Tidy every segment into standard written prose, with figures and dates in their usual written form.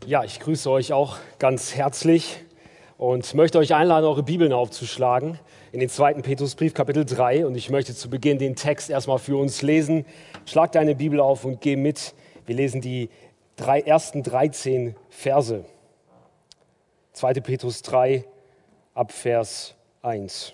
Ja, ich grüße euch auch ganz herzlich und möchte euch einladen, eure Bibeln aufzuschlagen in den 2. Petrusbrief, Kapitel 3. Und ich möchte zu Beginn den Text erstmal für uns lesen. Schlag deine Bibel auf und geh mit. Wir lesen die ersten 13 Verse. 2. Petrus 3, ab Vers 1.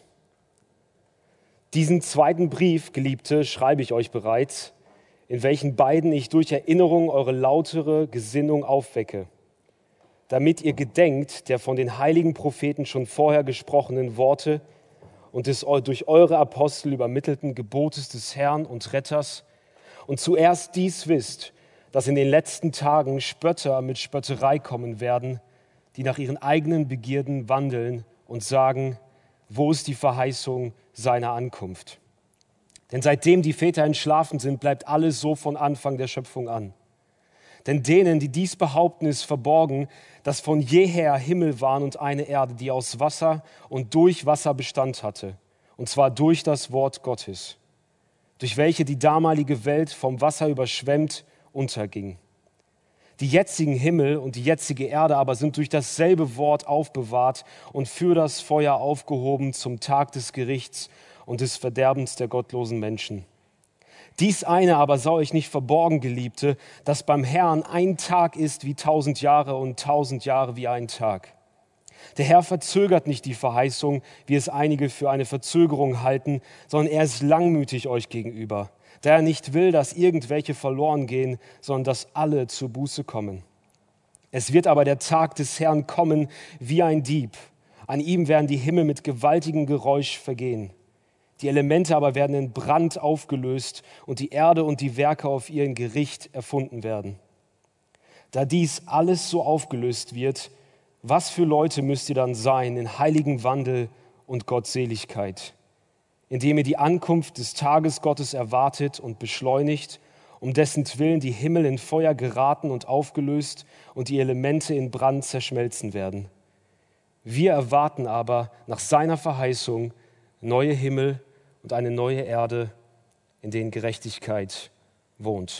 Diesen zweiten Brief, Geliebte, schreibe ich euch bereits, in welchen beiden ich durch Erinnerung eure lautere Gesinnung aufwecke, damit ihr gedenkt der von den heiligen Propheten schon vorher gesprochenen Worte und des durch eure Apostel übermittelten Gebotes des Herrn und Retters und zuerst dies wisst, dass in den letzten Tagen Spötter mit Spötterei kommen werden, die nach ihren eigenen Begierden wandeln und sagen, wo ist die Verheißung seiner Ankunft? Denn seitdem die Väter entschlafen sind, bleibt alles so von Anfang der Schöpfung an. Denn denen, die dies behaupten, ist verborgen, dass von jeher Himmel waren und eine Erde, die aus Wasser und durch Wasser Bestand hatte, und zwar durch das Wort Gottes, durch welche die damalige Welt vom Wasser überschwemmt unterging. Die jetzigen Himmel und die jetzige Erde aber sind durch dasselbe Wort aufbewahrt und für das Feuer aufgehoben zum Tag des Gerichts und des Verderbens der gottlosen Menschen. Dies eine aber sei euch nicht verborgen, Geliebte, dass beim Herrn ein Tag ist wie 1000 Jahre und 1000 Jahre wie ein Tag. Der Herr verzögert nicht die Verheißung, wie es einige für eine Verzögerung halten, sondern er ist langmütig euch gegenüber, da er nicht will, dass irgendwelche verloren gehen, sondern dass alle zur Buße kommen. Es wird aber der Tag des Herrn kommen wie ein Dieb. An ihm werden die Himmel mit gewaltigem Geräusch vergehen. Die Elemente aber werden in Brand aufgelöst und die Erde und die Werke auf ihren Gericht erfunden werden. Da dies alles so aufgelöst wird, was für Leute müsst ihr dann sein in heiligem Wandel und Gottseligkeit, indem ihr die Ankunft des Tages Gottes erwartet und beschleunigt, um dessen Willen die Himmel in Feuer geraten und aufgelöst und die Elemente in Brand zerschmelzen werden. Wir erwarten aber nach seiner Verheißung neue Himmel und eine neue Erde, in denen Gerechtigkeit wohnt.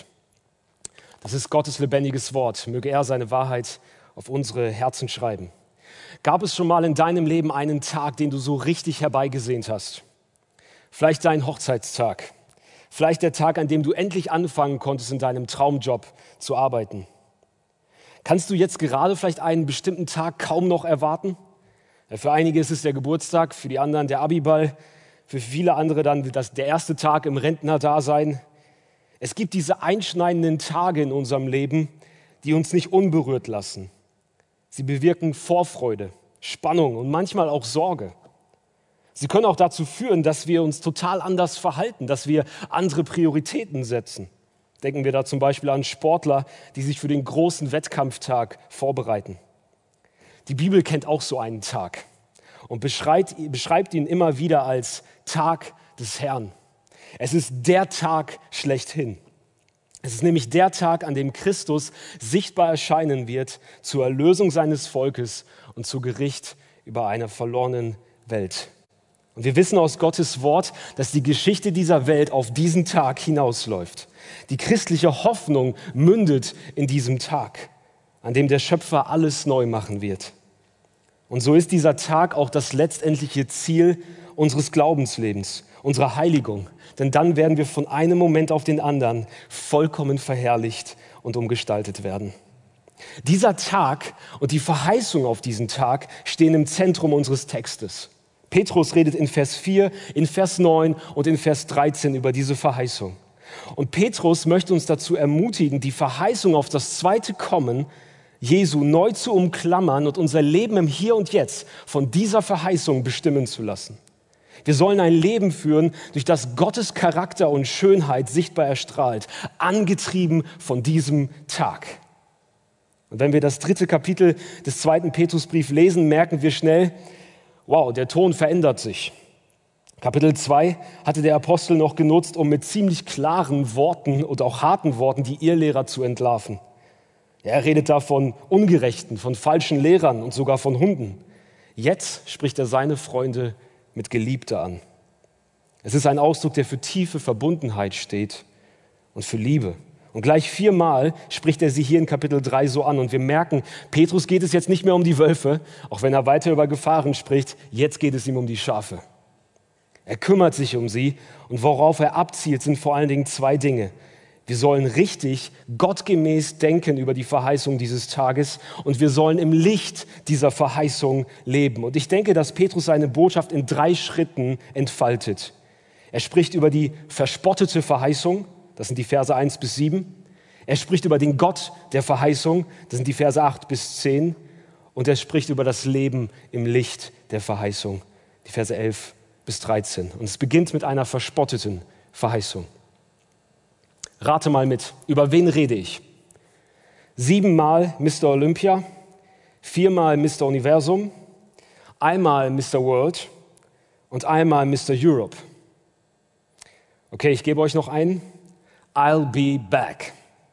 Das ist Gottes lebendiges Wort. Möge er seine Wahrheit auf unsere Herzen schreiben. Gab es schon mal in deinem Leben einen Tag, den du so richtig herbeigesehnt hast? Vielleicht dein Hochzeitstag. Vielleicht der Tag, an dem du endlich anfangen konntest, in deinem Traumjob zu arbeiten. Kannst du jetzt gerade vielleicht einen bestimmten Tag kaum noch erwarten? Für einige ist es der Geburtstag, für die anderen der Abiball, für viele andere dann der erste Tag im Rentnerdasein. Es gibt diese einschneidenden Tage in unserem Leben, die uns nicht unberührt lassen. Sie bewirken Vorfreude, Spannung und manchmal auch Sorge. Sie können auch dazu führen, dass wir uns total anders verhalten, dass wir andere Prioritäten setzen. Denken wir da zum Beispiel an Sportler, die sich für den großen Wettkampftag vorbereiten. Die Bibel kennt auch so einen Tag und beschreibt ihn immer wieder als Tag des Herrn. Es ist der Tag schlechthin. Es ist nämlich der Tag, an dem Christus sichtbar erscheinen wird zur Erlösung seines Volkes und zu Gericht über eine verlorene Welt. Und wir wissen aus Gottes Wort, dass die Geschichte dieser Welt auf diesen Tag hinausläuft. Die christliche Hoffnung mündet in diesem Tag, an dem der Schöpfer alles neu machen wird. Und so ist dieser Tag auch das letztendliche Ziel unseres Glaubenslebens, unserer Heiligung. Denn dann werden wir von einem Moment auf den anderen vollkommen verherrlicht und umgestaltet werden. Dieser Tag und die Verheißung auf diesen Tag stehen im Zentrum unseres Textes. Petrus redet in Vers 4, in Vers 9 und in Vers 13 über diese Verheißung. Und Petrus möchte uns dazu ermutigen, die Verheißung auf das zweite Kommen Jesu neu zu umklammern und unser Leben im Hier und Jetzt von dieser Verheißung bestimmen zu lassen. Wir sollen ein Leben führen, durch das Gottes Charakter und Schönheit sichtbar erstrahlt, angetrieben von diesem Tag. Und wenn wir das 3. Kapitel des 2. Petrusbrief lesen, merken wir schnell, wow, der Ton verändert sich. Kapitel 2 hatte der Apostel noch genutzt, um mit ziemlich klaren Worten und auch harten Worten die Irrlehrer zu entlarven. Er redet da von Ungerechten, von falschen Lehrern und sogar von Hunden. Jetzt spricht er seine Freunde mit Geliebte an. Es ist ein Ausdruck, der für tiefe Verbundenheit steht und für Liebe. Und gleich 4-mal spricht er sie hier in Kapitel 3 so an. Und wir merken, Petrus geht es jetzt nicht mehr um die Wölfe, auch wenn er weiter über Gefahren spricht. Jetzt geht es ihm um die Schafe. Er kümmert sich um sie und worauf er abzielt, sind vor allen Dingen 2 Dinge. Wir sollen richtig, gottgemäß denken über die Verheißung dieses Tages und wir sollen im Licht dieser Verheißung leben. Und ich denke, dass Petrus seine Botschaft in 3 Schritten entfaltet. Er spricht über die verspottete Verheißung, das sind die Verse 1-7. Er spricht über den Gott der Verheißung, das sind die Verse 8-10. Und er spricht über das Leben im Licht der Verheißung, die Verse 11-13. Und es beginnt mit einer verspotteten Verheißung. Rate mal mit, über wen rede ich? 7-mal Mr. Olympia, 4-mal Mr. Universum, 1-mal Mr. World und 1-mal Mr. Europe. Okay, ich gebe euch noch einen. I'll be back.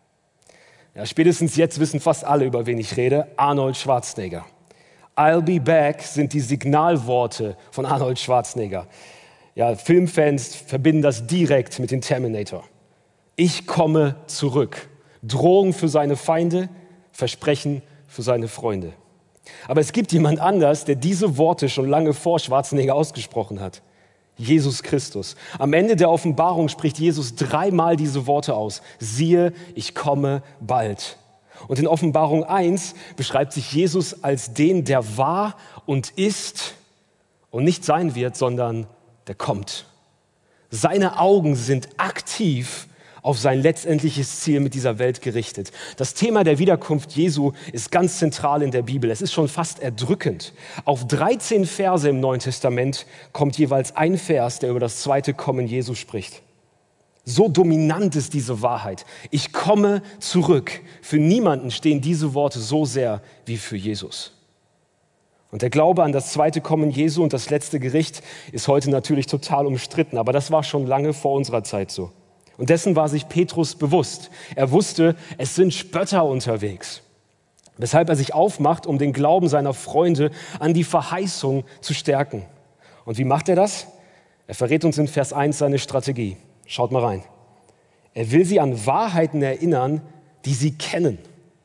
Ja, spätestens jetzt wissen fast alle, über wen ich rede. Arnold Schwarzenegger. I'll be back sind die Signalworte von Arnold Schwarzenegger. Ja, Filmfans verbinden das direkt mit dem Terminator. Ich komme zurück. Drohung für seine Feinde, Versprechen für seine Freunde. Aber es gibt jemand anders, der diese Worte schon lange vor Schwarzenegger ausgesprochen hat. Jesus Christus. Am Ende der Offenbarung spricht Jesus 3-mal diese Worte aus. Siehe, ich komme bald. Und in Offenbarung 1 beschreibt sich Jesus als den, der war und ist und nicht sein wird, sondern der kommt. Seine Augen sind aktiv auf sein letztendliches Ziel mit dieser Welt gerichtet. Das Thema der Wiederkunft Jesu ist ganz zentral in der Bibel. Es ist schon fast erdrückend. Auf 13 Verse im Neuen Testament kommt jeweils ein Vers, der über das zweite Kommen Jesu spricht. So dominant ist diese Wahrheit. Ich komme zurück. Für niemanden stehen diese Worte so sehr wie für Jesus. Und der Glaube an das zweite Kommen Jesu und das letzte Gericht ist heute natürlich total umstritten, aber das war schon lange vor unserer Zeit so. Und dessen war sich Petrus bewusst. Er wusste, es sind Spötter unterwegs. Weshalb er sich aufmacht, um den Glauben seiner Freunde an die Verheißung zu stärken. Und wie macht er das? Er verrät uns in Vers 1 seine Strategie. Schaut mal rein. Er will sie an Wahrheiten erinnern, die sie kennen.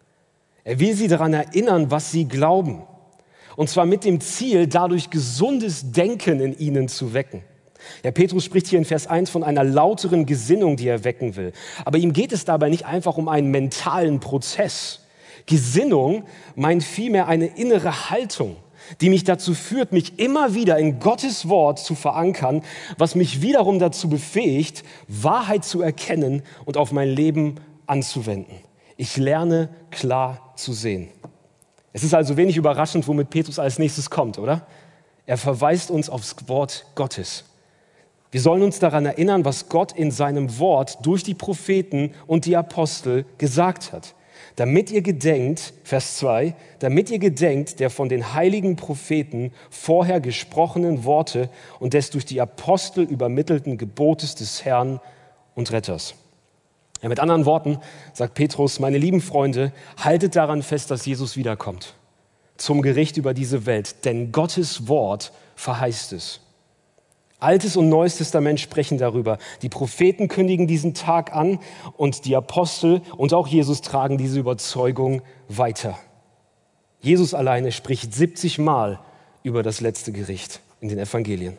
Er will sie daran erinnern, was sie glauben. Und zwar mit dem Ziel, dadurch gesundes Denken in ihnen zu wecken. Ja, Petrus spricht hier in Vers 1 von einer lauteren Gesinnung, die er wecken will. Aber ihm geht es dabei nicht einfach um einen mentalen Prozess. Gesinnung meint vielmehr eine innere Haltung, die mich dazu führt, mich immer wieder in Gottes Wort zu verankern, was mich wiederum dazu befähigt, Wahrheit zu erkennen und auf mein Leben anzuwenden. Ich lerne klar zu sehen. Es ist also wenig überraschend, womit Petrus als nächstes kommt, oder? Er verweist uns aufs Wort Gottes. Wir sollen uns daran erinnern, was Gott in seinem Wort durch die Propheten und die Apostel gesagt hat. Damit ihr gedenkt, Vers 2, damit ihr gedenkt der von den heiligen Propheten vorher gesprochenen Worte und des durch die Apostel übermittelten Gebotes des Herrn und Retters. Ja, mit anderen Worten sagt Petrus, meine lieben Freunde, haltet daran fest, dass Jesus wiederkommt zum Gericht über diese Welt, denn Gottes Wort verheißt es. Altes und Neues Testament sprechen darüber. Die Propheten kündigen diesen Tag an und die Apostel und auch Jesus tragen diese Überzeugung weiter. Jesus alleine spricht 70 Mal über das letzte Gericht in den Evangelien.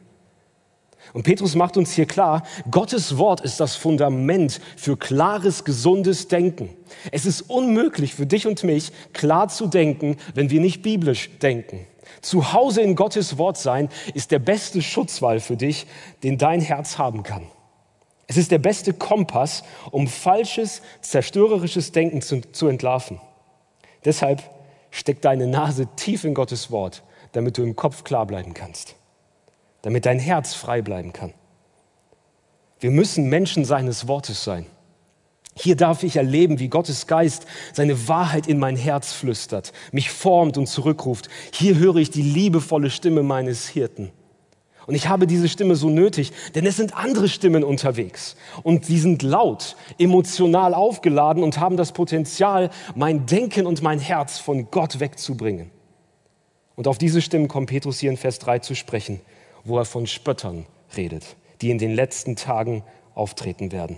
Und Petrus macht uns hier klar, Gottes Wort ist das Fundament für klares, gesundes Denken. Es ist unmöglich für dich und mich, klar zu denken, wenn wir nicht biblisch denken. Zu Hause in Gottes Wort sein ist der beste Schutzwall für dich, den dein Herz haben kann. Es ist der beste Kompass, um falsches, zerstörerisches Denken zu entlarven. Deshalb steck deine Nase tief in Gottes Wort, damit du im Kopf klar bleiben kannst, damit dein Herz frei bleiben kann. Wir müssen Menschen seines Wortes sein. Hier darf ich erleben, wie Gottes Geist seine Wahrheit in mein Herz flüstert, mich formt und zurückruft. Hier höre ich die liebevolle Stimme meines Hirten. Und ich habe diese Stimme so nötig, denn es sind andere Stimmen unterwegs. Und die sind laut, emotional aufgeladen und haben das Potenzial, mein Denken und mein Herz von Gott wegzubringen. Und auf diese Stimmen kommt Petrus hier in Vers 3 zu sprechen, wo er von Spöttern redet, die in den letzten Tagen auftreten werden.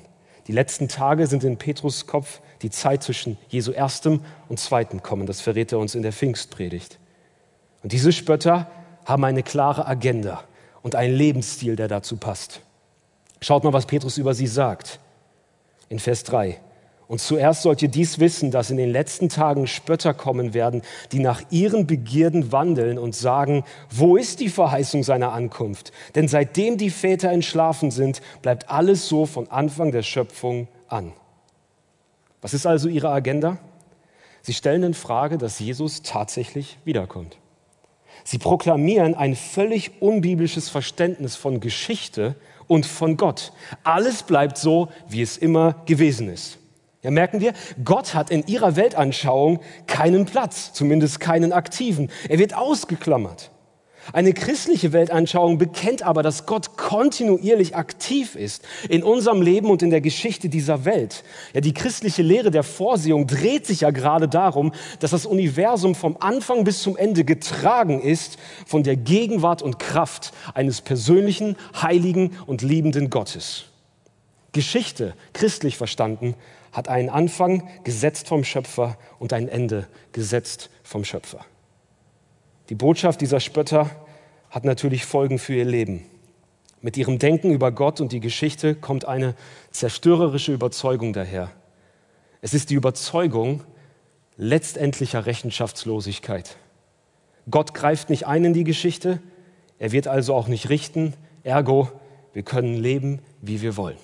Die letzten Tage sind in Petrus Kopf die Zeit zwischen Jesu erstem und zweitem Kommen. Das verrät er uns in der Pfingstpredigt. Und diese Spötter haben eine klare Agenda und einen Lebensstil, der dazu passt. Schaut mal, was Petrus über sie sagt. In Vers 3. Und zuerst sollt ihr dies wissen, dass in den letzten Tagen Spötter kommen werden, die nach ihren Begierden wandeln und sagen, wo ist die Verheißung seiner Ankunft? Denn seitdem die Väter entschlafen sind, bleibt alles so von Anfang der Schöpfung an. Was ist also ihre Agenda? Sie stellen in Frage, dass Jesus tatsächlich wiederkommt. Sie proklamieren ein völlig unbiblisches Verständnis von Geschichte und von Gott. Alles bleibt so, wie es immer gewesen ist. Ja, merken wir, Gott hat in ihrer Weltanschauung keinen Platz, zumindest keinen aktiven. Er wird ausgeklammert. Eine christliche Weltanschauung bekennt aber, dass Gott kontinuierlich aktiv ist in unserem Leben und in der Geschichte dieser Welt. Ja, die christliche Lehre der Vorsehung dreht sich ja gerade darum, dass das Universum vom Anfang bis zum Ende getragen ist von der Gegenwart und Kraft eines persönlichen, heiligen und liebenden Gottes. Geschichte, christlich verstanden, hat einen Anfang gesetzt vom Schöpfer und ein Ende gesetzt vom Schöpfer. Die Botschaft dieser Spötter hat natürlich Folgen für ihr Leben. Mit ihrem Denken über Gott und die Geschichte kommt eine zerstörerische Überzeugung daher. Es ist die Überzeugung letztendlicher Rechenschaftslosigkeit. Gott greift nicht ein in die Geschichte, er wird also auch nicht richten, ergo, wir können leben, wie wir wollen.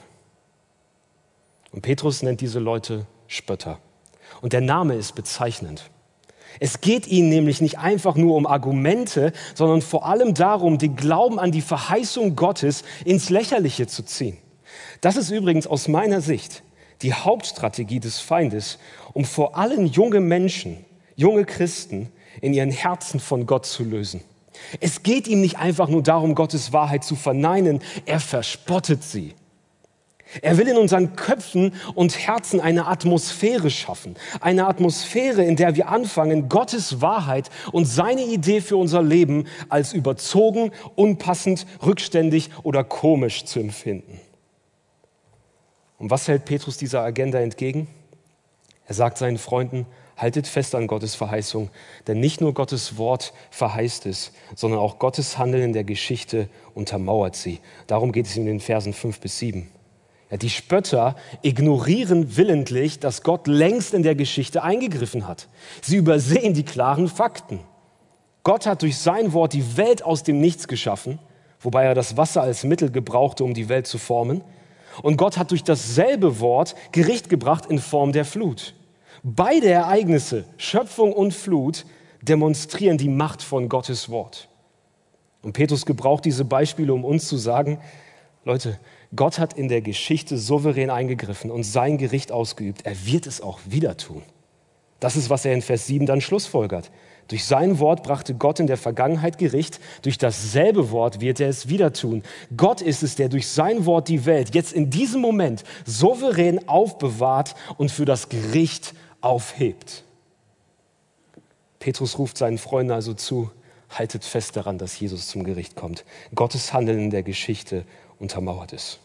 Und Petrus nennt diese Leute Spötter. Und der Name ist bezeichnend. Es geht ihnen nämlich nicht einfach nur um Argumente, sondern vor allem darum, den Glauben an die Verheißung Gottes ins Lächerliche zu ziehen. Das ist übrigens aus meiner Sicht die Hauptstrategie des Feindes, um vor allem junge Menschen, junge Christen in ihren Herzen von Gott zu lösen. Es geht ihm nicht einfach nur darum, Gottes Wahrheit zu verneinen, er verspottet sie. Er will in unseren Köpfen und Herzen eine Atmosphäre schaffen. Eine Atmosphäre, in der wir anfangen, Gottes Wahrheit und seine Idee für unser Leben als überzogen, unpassend, rückständig oder komisch zu empfinden. Und was hält Petrus dieser Agenda entgegen? Er sagt seinen Freunden, haltet fest an Gottes Verheißung, denn nicht nur Gottes Wort verheißt es, sondern auch Gottes Handeln in der Geschichte untermauert sie. Darum geht es in den Versen 5 bis 7. Ja, die Spötter ignorieren willentlich, dass Gott längst in der Geschichte eingegriffen hat. Sie übersehen die klaren Fakten. Gott hat durch sein Wort die Welt aus dem Nichts geschaffen, wobei er das Wasser als Mittel gebrauchte, um die Welt zu formen. Und Gott hat durch dasselbe Wort Gericht gebracht in Form der Flut. Beide Ereignisse, Schöpfung und Flut, demonstrieren die Macht von Gottes Wort. Und Petrus gebraucht diese Beispiele, um uns zu sagen, Leute, Gott hat in der Geschichte souverän eingegriffen und sein Gericht ausgeübt. Er wird es auch wieder tun. Das ist, was er in Vers 7 dann schlussfolgert. Durch sein Wort brachte Gott in der Vergangenheit Gericht. Durch dasselbe Wort wird er es wieder tun. Gott ist es, der durch sein Wort die Welt jetzt in diesem Moment souverän aufbewahrt und für das Gericht aufhebt. Petrus ruft seinen Freunden also zu, haltet fest daran, dass Jesus zum Gericht kommt. Gottes Handeln in der Geschichte untermauert es.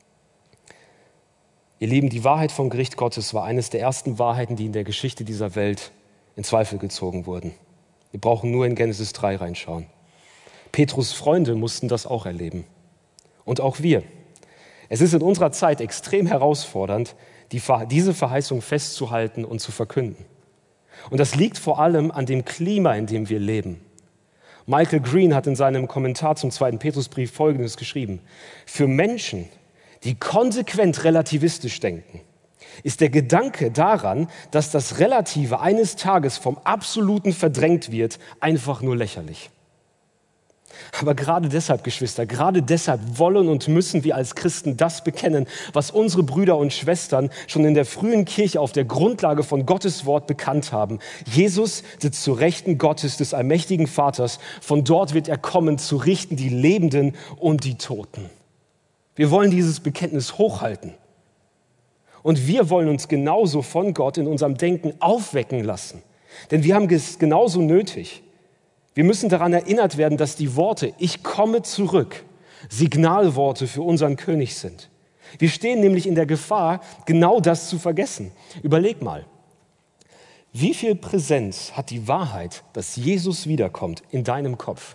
Ihr Lieben, die Wahrheit vom Gericht Gottes war eines der ersten Wahrheiten, die in der Geschichte dieser Welt in Zweifel gezogen wurden. Wir brauchen nur in Genesis 3 reinschauen. Petrus' Freunde mussten das auch erleben. Und auch wir. Es ist in unserer Zeit extrem herausfordernd, diese Verheißung festzuhalten und zu verkünden. Und das liegt vor allem an dem Klima, in dem wir leben. Michael Green hat in seinem Kommentar zum 2. Petrusbrief Folgendes geschrieben. Für Menschen, die konsequent relativistisch denken, ist der Gedanke daran, dass das Relative eines Tages vom Absoluten verdrängt wird, einfach nur lächerlich. Aber gerade deshalb, Geschwister, gerade deshalb wollen und müssen wir als Christen das bekennen, was unsere Brüder und Schwestern schon in der frühen Kirche auf der Grundlage von Gottes Wort bekannt haben. Jesus sitzt zu Rechten Gottes, des allmächtigen Vaters. Von dort wird er kommen, zu richten die Lebenden und die Toten. Wir wollen dieses Bekenntnis hochhalten. Und wir wollen uns genauso von Gott in unserem Denken aufwecken lassen. Denn wir haben es genauso nötig. Wir müssen daran erinnert werden, dass die Worte "Ich komme zurück" Signalworte für unseren König sind. Wir stehen nämlich in der Gefahr, genau das zu vergessen. Überleg mal, wie viel Präsenz hat die Wahrheit, dass Jesus wiederkommt, in deinem Kopf?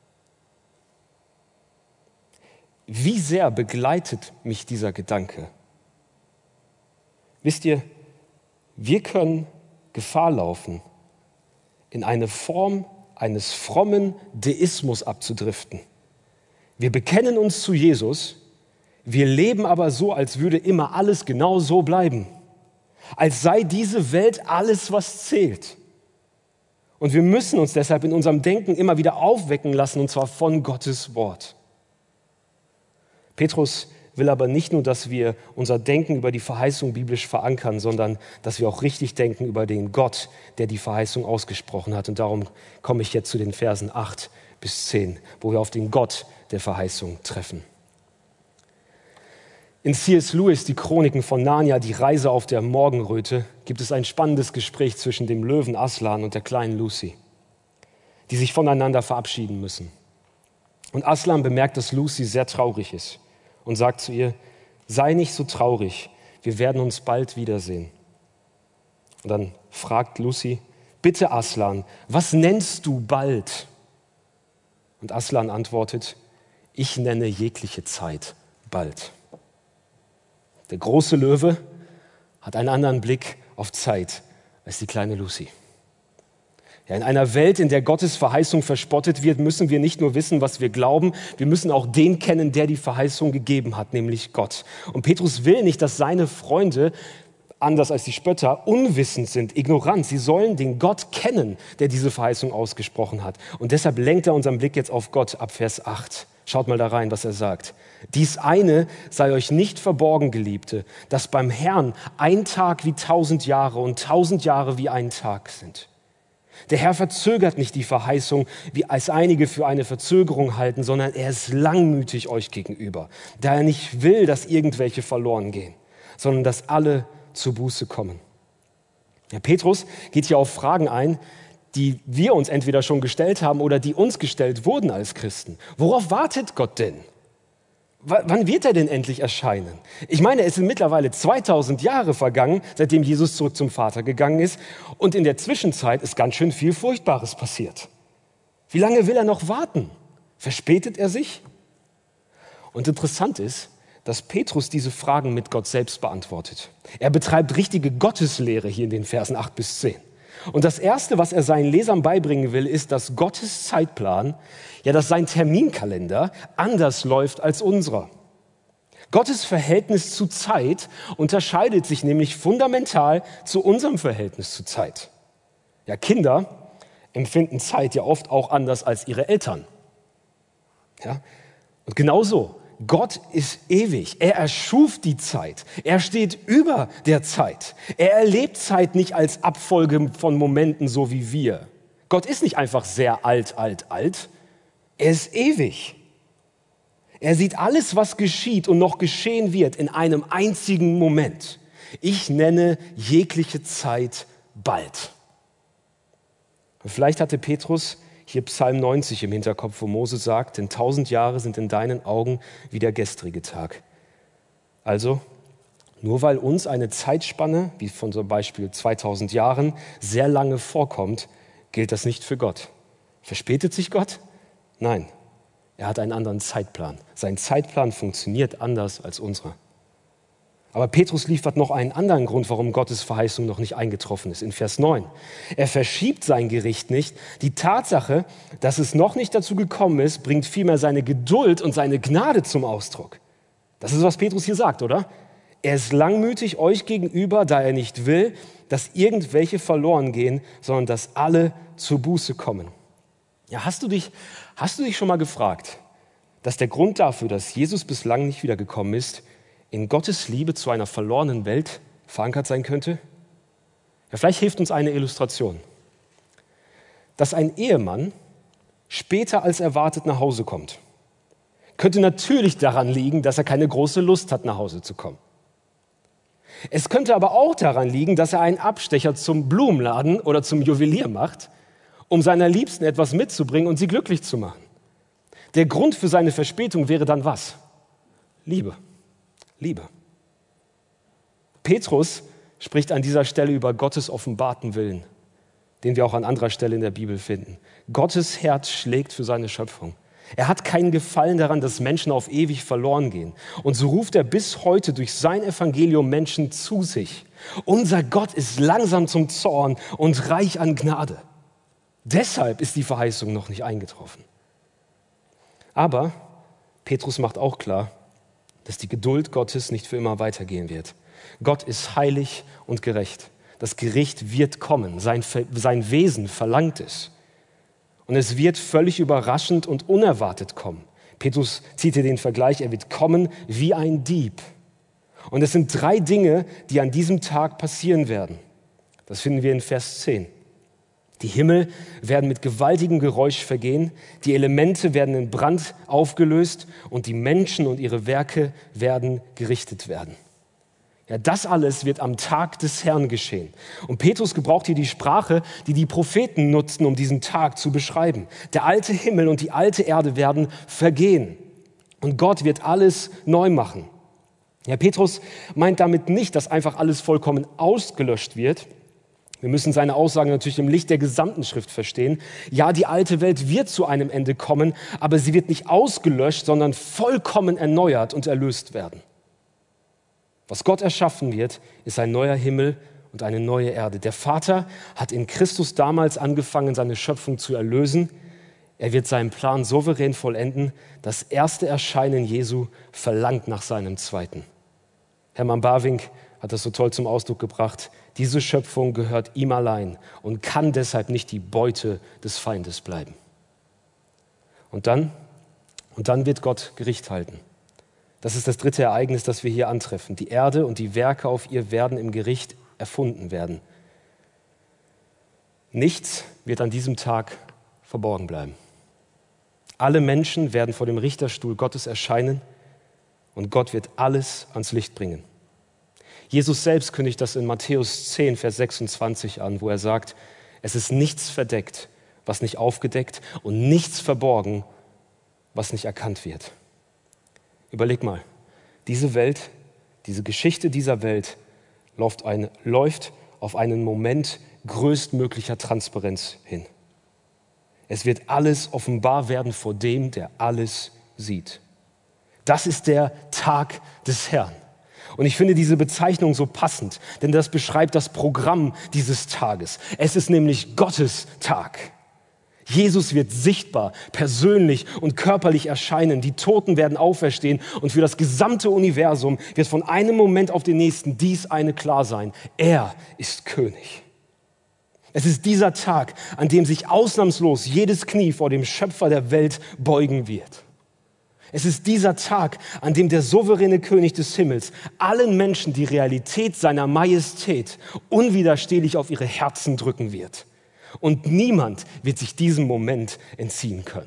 Wie sehr begleitet mich dieser Gedanke? Wisst ihr, wir können Gefahr laufen, in eine Form eines frommen Deismus abzudriften. Wir bekennen uns zu Jesus, wir leben aber so, als würde immer alles genau so bleiben. Als sei diese Welt alles, was zählt. Und wir müssen uns deshalb in unserem Denken immer wieder aufwecken lassen, und zwar von Gottes Wort. Petrus will aber nicht nur, dass wir unser Denken über die Verheißung biblisch verankern, sondern dass wir auch richtig denken über den Gott, der die Verheißung ausgesprochen hat. Und darum komme ich jetzt zu den Versen 8 bis 10, wo wir auf den Gott der Verheißung treffen. In C.S. Lewis, die Chroniken von Narnia, die Reise auf der Morgenröte, gibt es ein spannendes Gespräch zwischen dem Löwen Aslan und der kleinen Lucy, die sich voneinander verabschieden müssen. Und Aslan bemerkt, dass Lucy sehr traurig ist und sagt zu ihr: Sei nicht so traurig, wir werden uns bald wiedersehen. Und dann fragt Lucy: Bitte Aslan, was nennst du bald? Und Aslan antwortet: Ich nenne jegliche Zeit bald. Der große Löwe hat einen anderen Blick auf Zeit als die kleine Lucy. Ja, in einer Welt, in der Gottes Verheißung verspottet wird, müssen wir nicht nur wissen, was wir glauben, wir müssen auch den kennen, der die Verheißung gegeben hat, nämlich Gott. Und Petrus will nicht, dass seine Freunde, anders als die Spötter, unwissend sind, ignorant. Sie sollen den Gott kennen, der diese Verheißung ausgesprochen hat. Und deshalb lenkt er unseren Blick jetzt auf Gott ab Vers 8. Schaut mal da rein, was er sagt. Dies eine sei euch nicht verborgen, Geliebte, dass beim Herrn ein Tag wie 1000 Jahre und 1000 Jahre wie ein Tag sind. Der Herr verzögert nicht die Verheißung, wie es einige für eine Verzögerung halten, sondern er ist langmütig euch gegenüber, da er nicht will, dass irgendwelche verloren gehen, sondern dass alle zur Buße kommen. Ja, Petrus geht hier auf Fragen ein, die wir uns entweder schon gestellt haben oder die uns gestellt wurden als Christen. Worauf wartet Gott denn? Wann wird er denn endlich erscheinen? Ich meine, es sind mittlerweile 2000 Jahre vergangen, seitdem Jesus zurück zum Vater gegangen ist. Und in der Zwischenzeit ist ganz schön viel Furchtbares passiert. Wie lange will er noch warten? Verspätet er sich? Und interessant ist, dass Petrus diese Fragen mit Gott selbst beantwortet. Er betreibt richtige Gotteslehre hier in den Versen 8 bis 10. Und das Erste, was er seinen Lesern beibringen will, ist, dass Gottes Zeitplan, ja, dass sein Terminkalender anders läuft als unserer. Gottes Verhältnis zu Zeit unterscheidet sich nämlich fundamental zu unserem Verhältnis zu Zeit. Ja, Kinder empfinden Zeit ja oft auch anders als ihre Eltern. Ja, und genauso. Gott ist ewig. Er erschuf die Zeit. Er steht über der Zeit. Er erlebt Zeit nicht als Abfolge von Momenten, so wie wir. Gott ist nicht einfach sehr alt. Er ist ewig. Er sieht alles, was geschieht und noch geschehen wird, in einem einzigen Moment. Ich nenne jegliche Zeit bald. Und vielleicht hatte Petrus hier Psalm 90 im Hinterkopf, wo Mose sagt, denn 1000 Jahre sind in deinen Augen wie der gestrige Tag. Also, nur weil uns eine Zeitspanne, wie von zum Beispiel 2000 Jahren, sehr lange vorkommt, gilt das nicht für Gott. Verspätet sich Gott? Nein, er hat einen anderen Zeitplan. Sein Zeitplan funktioniert anders als unserer. Aber Petrus liefert noch einen anderen Grund, warum Gottes Verheißung noch nicht eingetroffen ist. In Vers 9. Er verschiebt sein Gericht nicht. Die Tatsache, dass es noch nicht dazu gekommen ist, bringt vielmehr seine Geduld und seine Gnade zum Ausdruck. Das ist, was Petrus hier sagt, oder? Er ist langmütig euch gegenüber, da er nicht will, dass irgendwelche verloren gehen, sondern dass alle zur Buße kommen. Ja, hast du dich schon mal gefragt, dass der Grund dafür, dass Jesus bislang nicht wiedergekommen ist, in Gottes Liebe zu einer verlorenen Welt verankert sein könnte? Ja, vielleicht hilft uns eine Illustration. Dass ein Ehemann später als erwartet nach Hause kommt, könnte natürlich daran liegen, dass er keine große Lust hat, nach Hause zu kommen. Es könnte aber auch daran liegen, dass er einen Abstecher zum Blumenladen oder zum Juwelier macht, um seiner Liebsten etwas mitzubringen und sie glücklich zu machen. Der Grund für seine Verspätung wäre dann was? Liebe. Liebe. Petrus spricht an dieser Stelle über Gottes offenbarten Willen, den wir auch an anderer Stelle in der Bibel finden. Gottes Herz schlägt für seine Schöpfung. Er hat keinen Gefallen daran, dass Menschen auf ewig verloren gehen. Und so ruft er bis heute durch sein Evangelium Menschen zu sich. Unser Gott ist langsam zum Zorn und reich an Gnade. Deshalb ist die Verheißung noch nicht eingetroffen. Aber Petrus macht auch klar, dass die Geduld Gottes nicht für immer weitergehen wird. Gott ist heilig und gerecht. Das Gericht wird kommen. Sein Wesen verlangt es. Und es wird völlig überraschend und unerwartet kommen. Petrus zieht hier den Vergleich, er wird kommen wie ein Dieb. Und es sind 3 Dinge, die an diesem Tag passieren werden. Das finden wir in Vers 10. Die Himmel werden mit gewaltigem Geräusch vergehen, die Elemente werden in Brand aufgelöst und die Menschen und ihre Werke werden gerichtet werden. Ja, das alles wird am Tag des Herrn geschehen. Und Petrus gebraucht hier die Sprache, die die Propheten nutzten, um diesen Tag zu beschreiben. Der alte Himmel und die alte Erde werden vergehen. Und Gott wird alles neu machen. Ja, Petrus meint damit nicht, dass einfach alles vollkommen ausgelöscht wird. Wir müssen seine Aussagen natürlich im Licht der gesamten Schrift verstehen. Ja, die alte Welt wird zu einem Ende kommen, aber sie wird nicht ausgelöscht, sondern vollkommen erneuert und erlöst werden. Was Gott erschaffen wird, ist ein neuer Himmel und eine neue Erde. Der Vater hat in Christus damals angefangen, seine Schöpfung zu erlösen. Er wird seinen Plan souverän vollenden. Das erste Erscheinen Jesu verlangt nach seinem zweiten. Hermann Bavinck hat das so toll zum Ausdruck gebracht. Diese Schöpfung gehört ihm allein und kann deshalb nicht die Beute des Feindes bleiben. Und dann wird Gott Gericht halten. Das ist das 3. Ereignis, das wir hier antreffen. Die Erde und die Werke auf ihr werden im Gericht erfunden werden. Nichts wird an diesem Tag verborgen bleiben. Alle Menschen werden vor dem Richterstuhl Gottes erscheinen und Gott wird alles ans Licht bringen. Jesus selbst kündigt das in Matthäus 10, Vers 26 an, wo er sagt, es ist nichts verdeckt, was nicht aufgedeckt und nichts verborgen, was nicht erkannt wird. Überleg mal, diese Welt, diese Geschichte dieser Welt läuft auf einen Moment größtmöglicher Transparenz hin. Es wird alles offenbar werden vor dem, der alles sieht. Das ist der Tag des Herrn. Und ich finde diese Bezeichnung so passend, denn das beschreibt das Programm dieses Tages. Es ist nämlich Gottes Tag. Jesus wird sichtbar, persönlich und körperlich erscheinen. Die Toten werden auferstehen und für das gesamte Universum wird von einem Moment auf den nächsten dies eine klar sein. Er ist König. Es ist dieser Tag, an dem sich ausnahmslos jedes Knie vor dem Schöpfer der Welt beugen wird. Es ist dieser Tag, an dem der souveräne König des Himmels allen Menschen die Realität seiner Majestät unwiderstehlich auf ihre Herzen drücken wird. Und niemand wird sich diesem Moment entziehen können.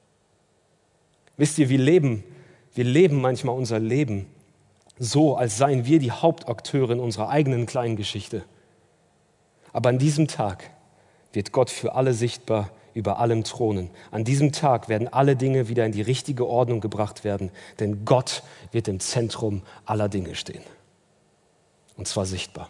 Wisst ihr, wir leben manchmal unser Leben so, als seien wir die Hauptakteure in unserer eigenen kleinen Geschichte. Aber an diesem Tag wird Gott für alle sichtbar über allem thronen. An diesem Tag werden alle Dinge wieder in die richtige Ordnung gebracht werden, denn Gott wird im Zentrum aller Dinge stehen. Und zwar sichtbar.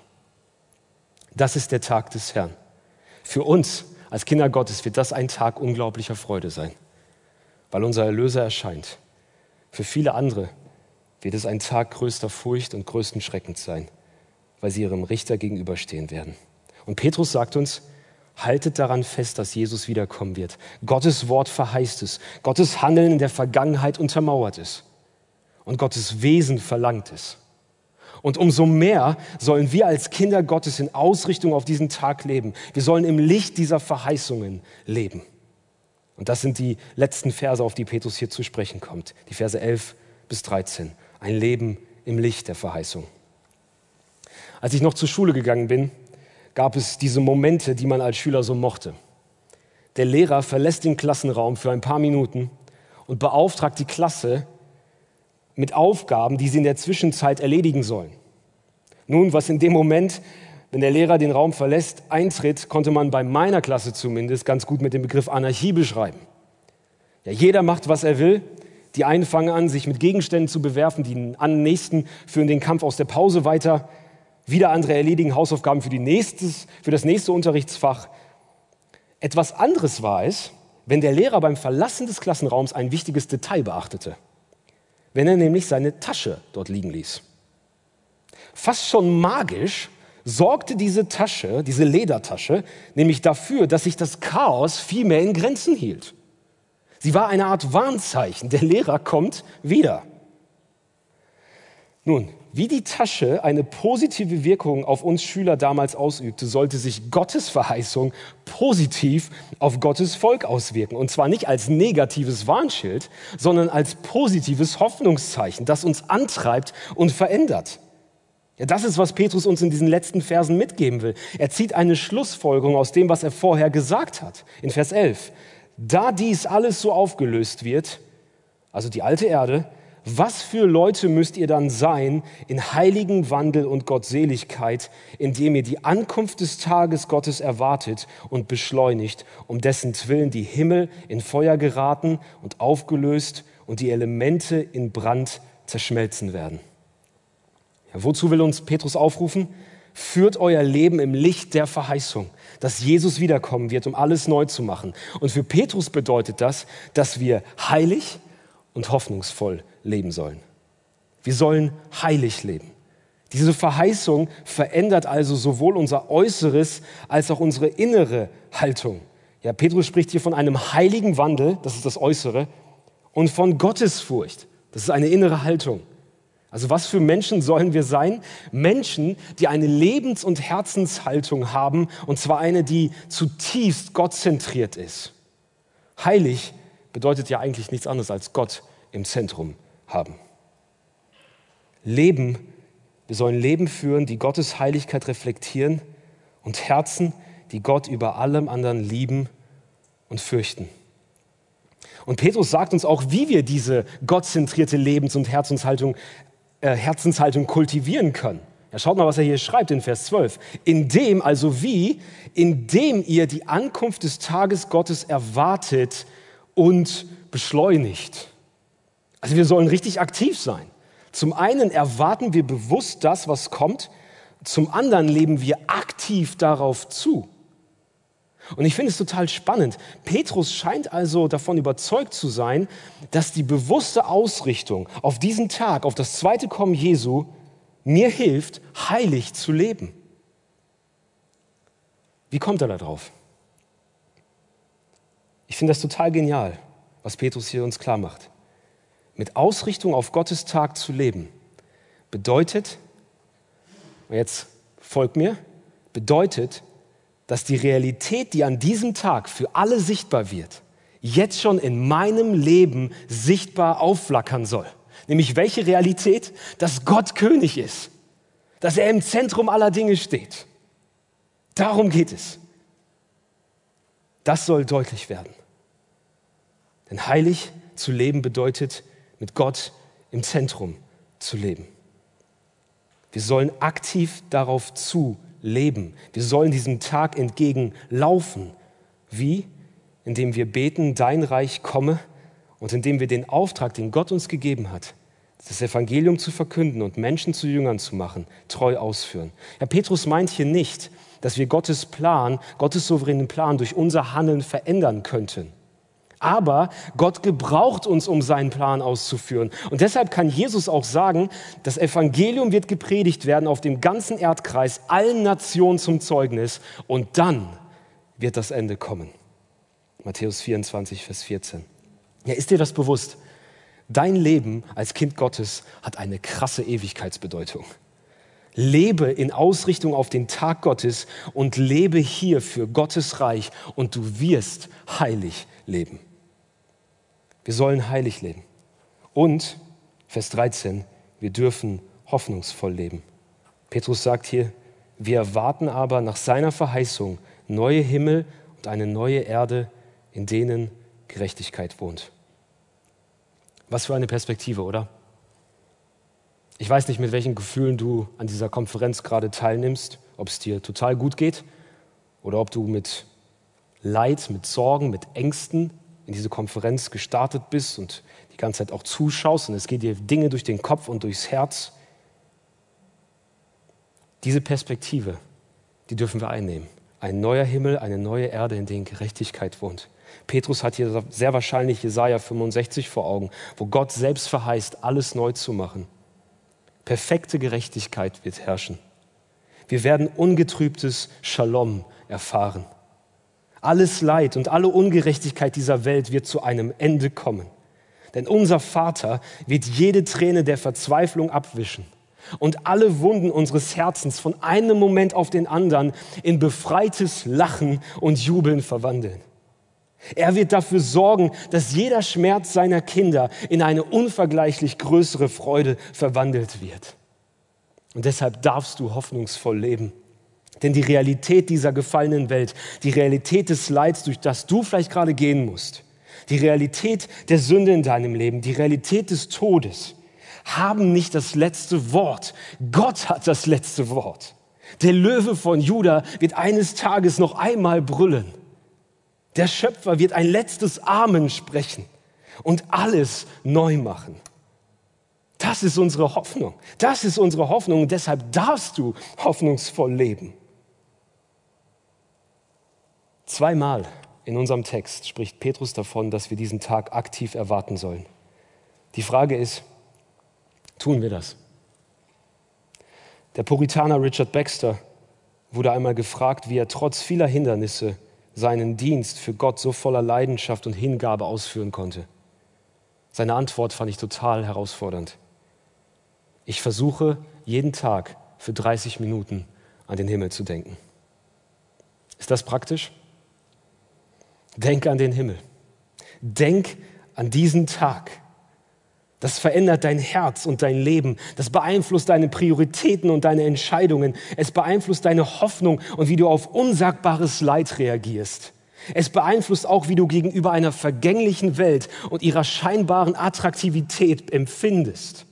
Das ist der Tag des Herrn. Für uns als Kinder Gottes wird das ein Tag unglaublicher Freude sein, weil unser Erlöser erscheint. Für viele andere wird es ein Tag größter Furcht und größten Schreckens sein, weil sie ihrem Richter gegenüberstehen werden. Und Petrus sagt uns, haltet daran fest, dass Jesus wiederkommen wird. Gottes Wort verheißt es. Gottes Handeln in der Vergangenheit untermauert es. Und Gottes Wesen verlangt es. Und umso mehr sollen wir als Kinder Gottes in Ausrichtung auf diesen Tag leben. Wir sollen im Licht dieser Verheißungen leben. Und das sind die letzten Verse, auf die Petrus hier zu sprechen kommt. Die Verse 11 bis 13. Ein Leben im Licht der Verheißung. Als ich noch zur Schule gegangen bin, gab es diese Momente, die man als Schüler so mochte. Der Lehrer verlässt den Klassenraum für ein paar Minuten und beauftragt die Klasse mit Aufgaben, die sie in der Zwischenzeit erledigen sollen. Nun, was in dem Moment, wenn der Lehrer den Raum verlässt, eintritt, konnte man bei meiner Klasse zumindest ganz gut mit dem Begriff Anarchie beschreiben. Ja, jeder macht, was er will, Die einen fangen an, sich mit Gegenständen zu bewerfen, die nächsten führen den Kampf aus der Pause weiter. Wieder andere erledigen Hausaufgaben für das nächste Unterrichtsfach. Etwas anderes war es, wenn der Lehrer beim Verlassen des Klassenraums ein wichtiges Detail beachtete. Wenn er nämlich seine Tasche dort liegen ließ. Fast schon magisch sorgte diese Tasche, diese Ledertasche, nämlich dafür, dass sich das Chaos viel mehr in Grenzen hielt. Sie war eine Art Warnzeichen, der Lehrer kommt wieder. Nun, wie die Tasche eine positive Wirkung auf uns Schüler damals ausübte, sollte sich Gottes Verheißung positiv auf Gottes Volk auswirken. Und zwar nicht als negatives Warnschild, sondern als positives Hoffnungszeichen, das uns antreibt und verändert. Ja, das ist, was Petrus uns in diesen letzten Versen mitgeben will. Er zieht eine Schlussfolgerung aus dem, was er vorher gesagt hat. In Vers 11. Da dies alles so aufgelöst wird, also die alte Erde, was für Leute müsst ihr dann sein in heiligen Wandel und Gottseligkeit, indem ihr die Ankunft des Tages Gottes erwartet und beschleunigt, um dessen Willen die Himmel in Feuer geraten und aufgelöst und die Elemente in Brand zerschmelzen werden. Ja, wozu will uns Petrus aufrufen? Führt euer Leben im Licht der Verheißung, dass Jesus wiederkommen wird, um alles neu zu machen. Und für Petrus bedeutet das, dass wir heilig und hoffnungsvoll leben sollen. Wir sollen heilig leben. Diese Verheißung verändert also sowohl unser Äußeres als auch unsere innere Haltung. Ja, Petrus spricht hier von einem heiligen Wandel, das ist das Äußere, und von Gottesfurcht, das ist eine innere Haltung. Also was für Menschen sollen wir sein? Menschen, die eine Lebens- und Herzenshaltung haben, und zwar eine, die zutiefst gottzentriert ist. Heilig bedeutet ja eigentlich nichts anderes als Gott im Zentrum haben. Wir sollen Leben führen, die Gottes Heiligkeit reflektieren und Herzen, die Gott über allem anderen lieben und fürchten. Und Petrus sagt uns auch, wie wir diese gottzentrierte Lebens- und Herzenshaltung kultivieren können. Ja, schaut mal, was er hier schreibt in Vers 12. Indem ihr die Ankunft des Tages Gottes erwartet und beschleunigt. Also wir sollen richtig aktiv sein. Zum einen erwarten wir bewusst das, was kommt. Zum anderen leben wir aktiv darauf zu. Und ich finde es total spannend. Petrus scheint also davon überzeugt zu sein, dass die bewusste Ausrichtung auf diesen Tag, auf das zweite Kommen Jesu, mir hilft, heilig zu leben. Wie kommt er da drauf? Ich finde das total genial, was Petrus hier uns klar macht. Mit Ausrichtung auf Gottes Tag zu leben bedeutet, jetzt folgt mir, dass die Realität, die an diesem Tag für alle sichtbar wird, jetzt schon in meinem Leben sichtbar aufflackern soll. Nämlich welche Realität? Dass Gott König ist, dass er im Zentrum aller Dinge steht. Darum geht es. Das soll deutlich werden. Denn heilig zu leben bedeutet, mit Gott im Zentrum zu leben. Wir sollen aktiv darauf zu leben. Wir sollen diesem Tag entgegenlaufen. Wie? Indem wir beten, dein Reich komme, und indem wir den Auftrag, den Gott uns gegeben hat, das Evangelium zu verkünden und Menschen zu Jüngern zu machen, treu ausführen. Ja, Petrus meint hier nicht, dass wir Gottes souveränen Plan durch unser Handeln verändern könnten. Aber Gott gebraucht uns, um seinen Plan auszuführen. Und deshalb kann Jesus auch sagen, das Evangelium wird gepredigt werden auf dem ganzen Erdkreis, allen Nationen zum Zeugnis. Und dann wird das Ende kommen. Matthäus 24, Vers 14. Ja, ist dir das bewusst? Dein Leben als Kind Gottes hat eine krasse Ewigkeitsbedeutung. Lebe in Ausrichtung auf den Tag Gottes und lebe hier für Gottes Reich und du wirst heilig leben. Wir sollen heilig leben. Und, Vers 13, wir dürfen hoffnungsvoll leben. Petrus sagt hier, wir erwarten aber nach seiner Verheißung neue Himmel und eine neue Erde, in denen Gerechtigkeit wohnt. Was für eine Perspektive, oder? Ich weiß nicht, mit welchen Gefühlen du an dieser Konferenz gerade teilnimmst, ob es dir total gut geht oder ob du mit Leid, mit Sorgen, mit Ängsten in diese Konferenz gestartet bist und die ganze Zeit auch zuschaust und es geht dir Dinge durch den Kopf und durchs Herz. Diese Perspektive, die dürfen wir einnehmen. Ein neuer Himmel, eine neue Erde, in denen Gerechtigkeit wohnt. Petrus hat hier sehr wahrscheinlich Jesaja 65 vor Augen, wo Gott selbst verheißt, alles neu zu machen. Perfekte Gerechtigkeit wird herrschen. Wir werden ungetrübtes Shalom erfahren. Alles Leid und alle Ungerechtigkeit dieser Welt wird zu einem Ende kommen. Denn unser Vater wird jede Träne der Verzweiflung abwischen und alle Wunden unseres Herzens von einem Moment auf den anderen in befreites Lachen und Jubeln verwandeln. Er wird dafür sorgen, dass jeder Schmerz seiner Kinder in eine unvergleichlich größere Freude verwandelt wird. Und deshalb darfst du hoffnungsvoll leben. Denn die Realität dieser gefallenen Welt, die Realität des Leids, durch das du vielleicht gerade gehen musst, die Realität der Sünde in deinem Leben, die Realität des Todes, haben nicht das letzte Wort. Gott hat das letzte Wort. Der Löwe von Juda wird eines Tages noch einmal brüllen. Der Schöpfer wird ein letztes Amen sprechen und alles neu machen. Das ist unsere Hoffnung. Das ist unsere Hoffnung und deshalb darfst du hoffnungsvoll leben. Zweimal in unserem Text spricht Petrus davon, dass wir diesen Tag aktiv erwarten sollen. Die Frage ist, tun wir das? Der Puritaner Richard Baxter wurde einmal gefragt, wie er trotz vieler Hindernisse seinen Dienst für Gott so voller Leidenschaft und Hingabe ausführen konnte. Seine Antwort fand ich total herausfordernd. Ich versuche jeden Tag für 30 Minuten an den Himmel zu denken. Ist das praktisch? Denk an den Himmel. Denk an diesen Tag. Das verändert dein Herz und dein Leben. Das beeinflusst deine Prioritäten und deine Entscheidungen. Es beeinflusst deine Hoffnung und wie du auf unsagbares Leid reagierst. Es beeinflusst auch, wie du gegenüber einer vergänglichen Welt und ihrer scheinbaren Attraktivität empfindest.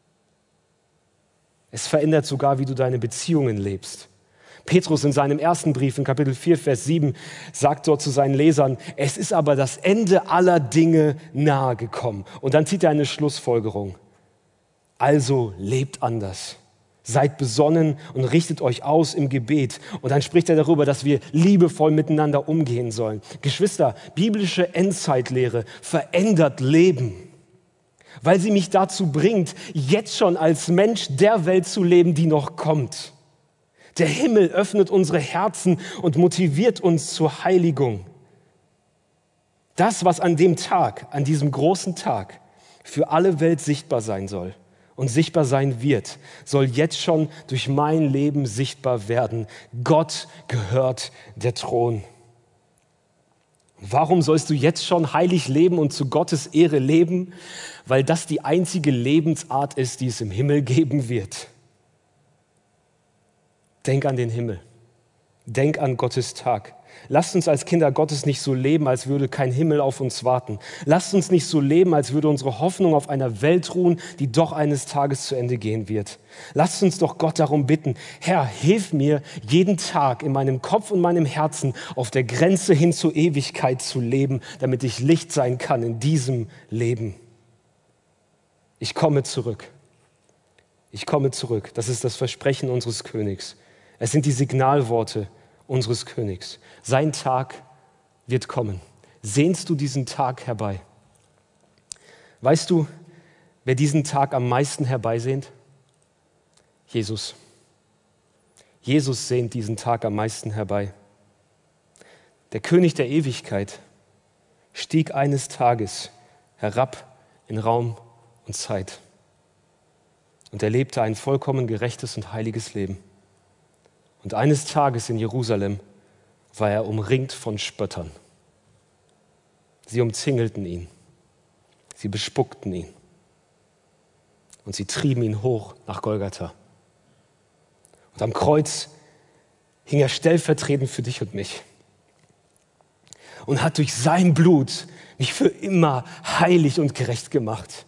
Es verändert sogar, wie du deine Beziehungen lebst. Petrus in seinem ersten Brief in Kapitel 4, Vers 7 sagt dort zu seinen Lesern, es ist aber das Ende aller Dinge nahe gekommen. Und dann zieht er eine Schlussfolgerung. Also lebt anders. Seid besonnen und richtet euch aus im Gebet. Und dann spricht er darüber, dass wir liebevoll miteinander umgehen sollen. Geschwister, biblische Endzeitlehre verändert Leben, weil sie mich dazu bringt, jetzt schon als Mensch der Welt zu leben, die noch kommt. Der Himmel öffnet unsere Herzen und motiviert uns zur Heiligung. Das, was an dem Tag, an diesem großen Tag, für alle Welt sichtbar sein soll und sichtbar sein wird, soll jetzt schon durch mein Leben sichtbar werden. Gott gehört der Thron. Warum sollst du jetzt schon heilig leben und zu Gottes Ehre leben? Weil das die einzige Lebensart ist, die es im Himmel geben wird. Denk an den Himmel. Denk an Gottes Tag. Lasst uns als Kinder Gottes nicht so leben, als würde kein Himmel auf uns warten. Lasst uns nicht so leben, als würde unsere Hoffnung auf einer Welt ruhen, die doch eines Tages zu Ende gehen wird. Lasst uns doch Gott darum bitten, Herr, hilf mir, jeden Tag in meinem Kopf und meinem Herzen auf der Grenze hin zur Ewigkeit zu leben, damit ich Licht sein kann in diesem Leben. Ich komme zurück. Ich komme zurück. Das ist das Versprechen unseres Königs. Es sind die Signalworte unseres Königs. Sein Tag wird kommen. Sehnst du diesen Tag herbei? Weißt du, wer diesen Tag am meisten herbeisehnt? Jesus. Jesus sehnt diesen Tag am meisten herbei. Der König der Ewigkeit stieg eines Tages herab in Raum und Zeit und er lebte ein vollkommen gerechtes und heiliges Leben. Und eines Tages in Jerusalem war er umringt von Spöttern. Sie umzingelten ihn, sie bespuckten ihn und sie trieben ihn hoch nach Golgatha. Und am Kreuz hing er stellvertretend für dich und mich und hat durch sein Blut mich für immer heilig und gerecht gemacht.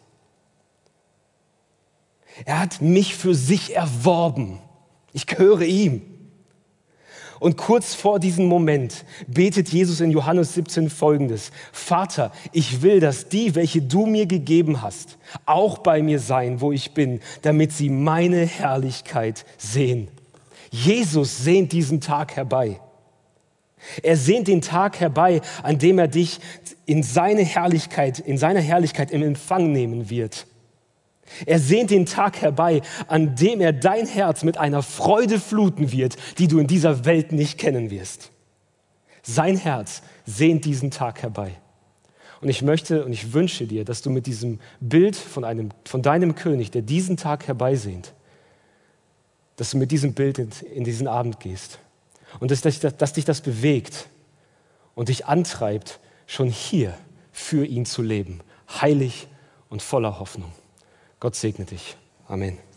Er hat mich für sich erworben. Ich gehöre ihm. Und kurz vor diesem Moment betet Jesus in Johannes 17 Folgendes: Vater, ich will, dass die, welche du mir gegeben hast, auch bei mir sein, wo ich bin, damit sie meine Herrlichkeit sehen. Jesus sehnt diesen Tag herbei. Er sehnt den Tag herbei, an dem er dich in seiner Herrlichkeit in Empfang nehmen wird. Er sehnt den Tag herbei, an dem er dein Herz mit einer Freude fluten wird, die du in dieser Welt nicht kennen wirst. Sein Herz sehnt diesen Tag herbei. Und ich wünsche dir, dass du mit diesem Bild von deinem König, der diesen Tag herbeisehnt, dass du mit diesem Bild in diesen Abend gehst. Und dass dich das bewegt und dich antreibt, schon hier für ihn zu leben, heilig und voller Hoffnung. Gott segne dich. Amen.